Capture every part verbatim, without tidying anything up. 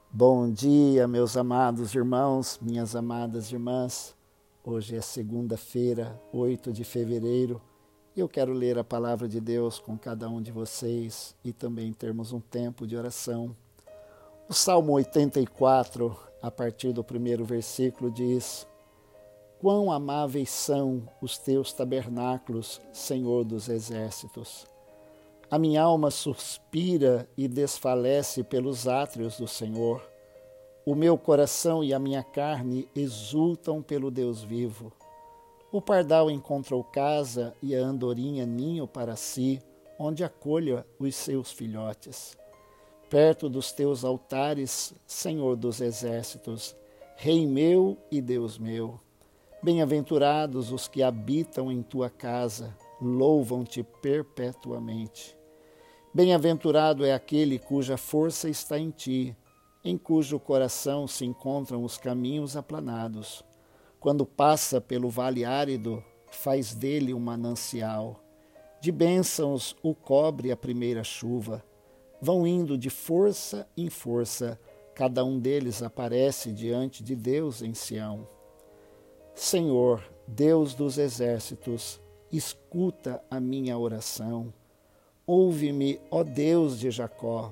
Bom dia, meus amados irmãos, minhas amadas irmãs. Hoje é segunda-feira, oito de fevereiro, e eu quero ler a palavra de Deus com cada um de vocês e também termos um tempo de oração. O Salmo oitenta e quatro, a partir do primeiro versículo, diz: Quão amáveis são os teus tabernáculos, Senhor dos exércitos! A minha alma suspira e desfalece pelos átrios do Senhor. O meu coração e a minha carne exultam pelo Deus vivo. O pardal encontrou casa e a andorinha ninho para si, onde acolha os seus filhotes. Perto dos teus altares, Senhor dos exércitos, Rei meu e Deus meu. Bem-aventurados os que habitam em tua casa, louvam-te perpetuamente. Bem-aventurado é aquele cuja força está em ti, em cujo coração se encontram os caminhos aplanados. Quando passa pelo vale árido, faz dele um manancial. De bênçãos o cobre a primeira chuva. Vão indo de força em força, cada um deles aparece diante de Deus em Sião. Senhor, Deus dos exércitos, escuta a minha oração. Ouve-me, ó Deus de Jacó.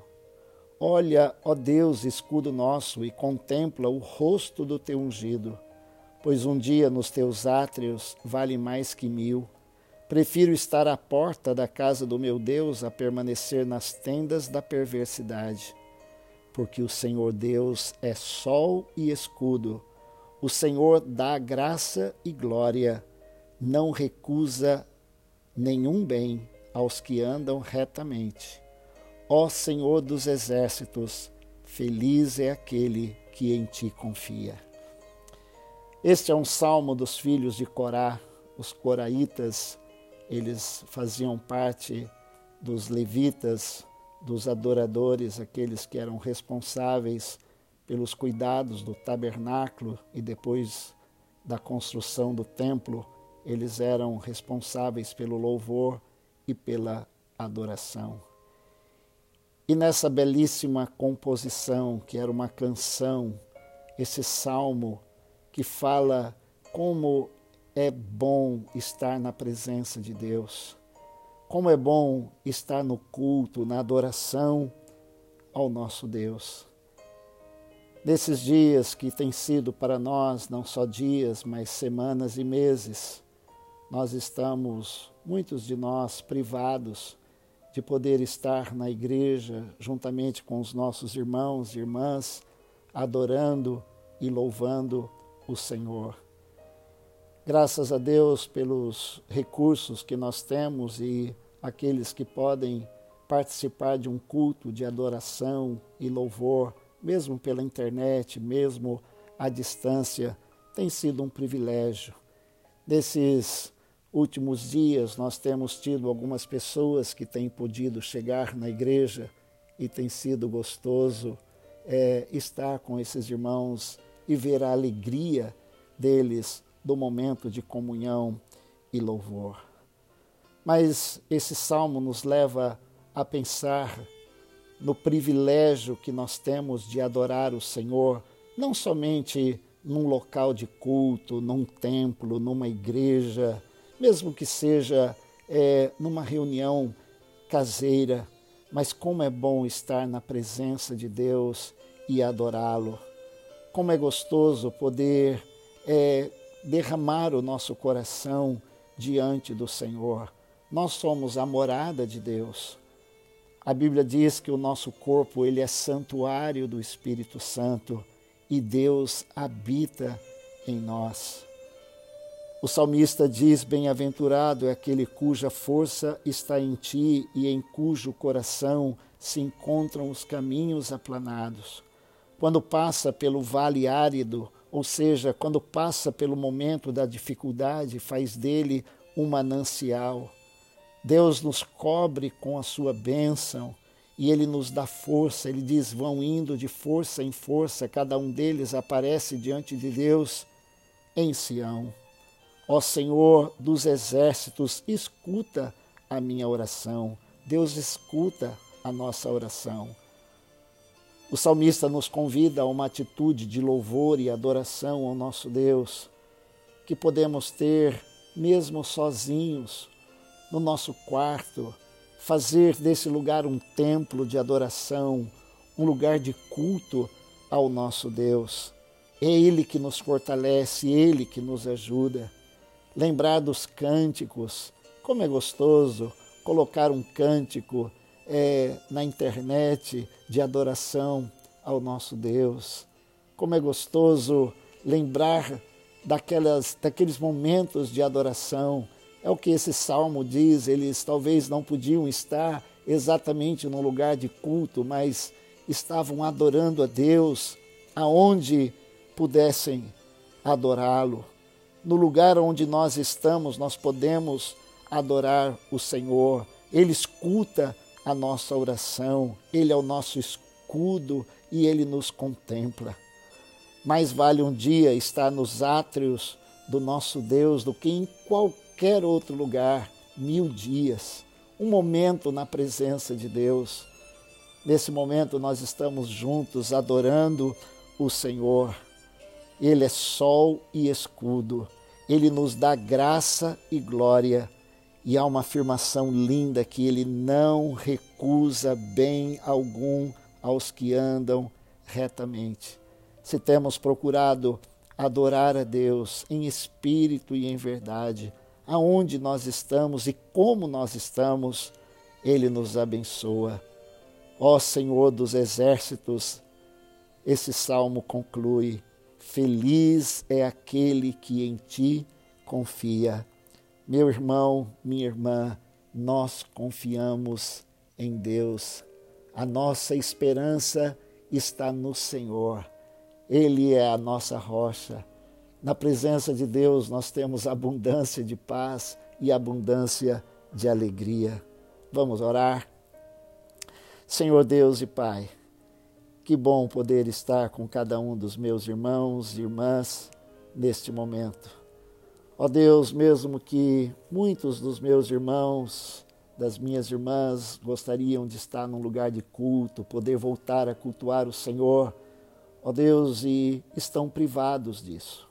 Olha, ó Deus, escudo nosso, e contempla o rosto do teu ungido. Pois um dia nos teus átrios vale mais que mil. Prefiro estar à porta da casa do meu Deus a permanecer nas tendas da perversidade. Porque o Senhor Deus é sol e escudo. O Senhor dá graça e glória. Não recusa nenhum bem aos que andam retamente. Ó Senhor dos exércitos, feliz é aquele que em ti confia. Este é um salmo dos filhos de Corá. Os coraitas, eles faziam parte dos levitas, dos adoradores, aqueles que eram responsáveis pelos cuidados do tabernáculo e depois da construção do templo, eles eram responsáveis pelo louvor e pela adoração. E nessa belíssima composição, que era uma canção, esse salmo que fala como é bom estar na presença de Deus, como é bom estar no culto, na adoração ao nosso Deus. Nesses dias que têm sido para nós, não só dias, mas semanas e meses, nós estamos, muitos de nós, privados de poder estar na igreja juntamente com os nossos irmãos e irmãs, adorando e louvando o Senhor. Graças a Deus pelos recursos que nós temos e aqueles que podem participar de um culto de adoração e louvor, mesmo pela internet, mesmo à distância, tem sido um privilégio. Nesses últimos dias, nós temos tido algumas pessoas que têm podido chegar na igreja e tem sido gostoso é, estar com esses irmãos e ver a alegria deles do momento de comunhão e louvor. Mas esse salmo nos leva a pensar no privilégio que nós temos de adorar o Senhor, não somente num local de culto, num templo, numa igreja, mesmo que seja é, numa reunião caseira, mas como é bom estar na presença de Deus e adorá-lo. Como é gostoso poder é, derramar o nosso coração diante do Senhor. Nós somos a morada de Deus. A Bíblia diz que o nosso corpo ele é santuário do Espírito Santo e Deus habita em nós. O salmista diz: bem-aventurado é aquele cuja força está em ti e em cujo coração se encontram os caminhos aplanados. Quando passa pelo vale árido, ou seja, quando passa pelo momento da dificuldade, faz dele um manancial. Deus nos cobre com a sua bênção e Ele nos dá força. Ele diz, vão indo de força em força, cada um deles aparece diante de Deus em Sião. Ó Senhor dos exércitos, escuta a minha oração. Deus escuta a nossa oração. O salmista nos convida a uma atitude de louvor e adoração ao nosso Deus, que podemos ter mesmo sozinhos, no nosso quarto, fazer desse lugar um templo de adoração, um lugar de culto ao nosso Deus. É Ele que nos fortalece, Ele que nos ajuda. Lembrar dos cânticos, como é gostoso colocar um cântico é, na internet de adoração ao nosso Deus. Como é gostoso lembrar daquelas, daqueles momentos de adoração. É o que esse salmo diz, eles talvez não podiam estar exatamente no lugar de culto, mas estavam adorando a Deus aonde pudessem adorá-lo. No lugar onde nós estamos, nós podemos adorar o Senhor. Ele escuta a nossa oração, Ele é o nosso escudo e Ele nos contempla. Mais vale um dia estar nos átrios do nosso Deus do que em qualquer outro lugar, mil dias, um momento na presença de Deus. Nesse momento nós estamos juntos adorando o Senhor. Ele é sol e escudo, Ele nos dá graça e glória. E há uma afirmação linda que Ele não recusa bem algum aos que andam retamente. Se temos procurado adorar a Deus em espírito e em verdade, aonde nós estamos e como nós estamos, Ele nos abençoa. Ó Senhor dos exércitos, esse salmo conclui: feliz é aquele que em Ti confia. Meu irmão, minha irmã, nós confiamos em Deus. A nossa esperança está no Senhor. Ele é a nossa rocha. Na presença de Deus nós temos abundância de paz e abundância de alegria. Vamos orar? Senhor Deus e Pai, que bom poder estar com cada um dos meus irmãos e irmãs neste momento. Ó Deus, mesmo que muitos dos meus irmãos, das minhas irmãs, gostariam de estar num lugar de culto, poder voltar a cultuar o Senhor, ó Deus, e estão privados disso.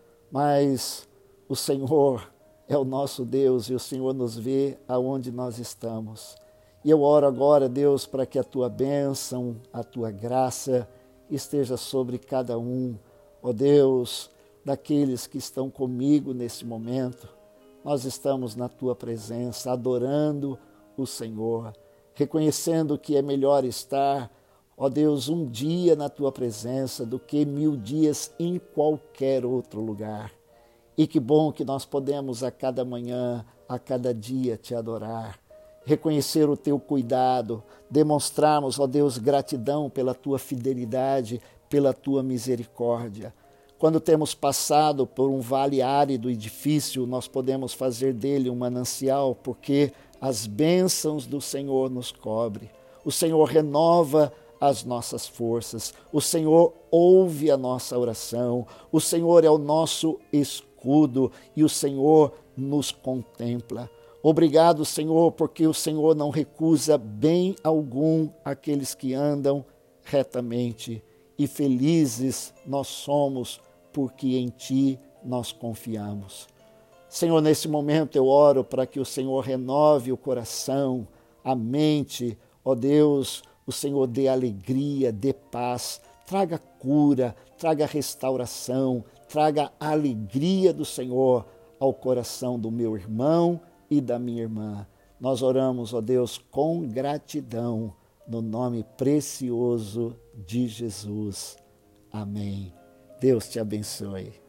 Mas o Senhor é o nosso Deus e o Senhor nos vê aonde nós estamos. E eu oro agora, Deus, para que a Tua bênção, a Tua graça esteja sobre cada um, ó Deus, daqueles que estão comigo nesse momento. Nós estamos na Tua presença, adorando o Senhor, reconhecendo que é melhor estar, ó Deus, um dia na Tua presença do que mil dias em qualquer outro lugar. E que bom que nós podemos a cada manhã, a cada dia Te adorar, reconhecer o Teu cuidado, demonstrarmos, ó Deus, gratidão pela Tua fidelidade, pela Tua misericórdia. Quando temos passado por um vale árido e difícil, nós podemos fazer dele um manancial, porque as bênçãos do Senhor nos cobre. O Senhor renova as nossas forças. O Senhor ouve a nossa oração. O Senhor é o nosso escudo e o Senhor nos contempla. Obrigado, Senhor, porque o Senhor não recusa bem algum àqueles que andam retamente. E felizes nós somos, porque em Ti nós confiamos. Senhor, nesse momento eu oro para que o Senhor renove o coração, a mente, ó Deus, o Senhor dê alegria, dê paz, traga cura, traga restauração, traga a alegria do Senhor ao coração do meu irmão e da minha irmã. Nós oramos, ó Deus, com gratidão, no nome precioso de Jesus. Amém. Deus te abençoe.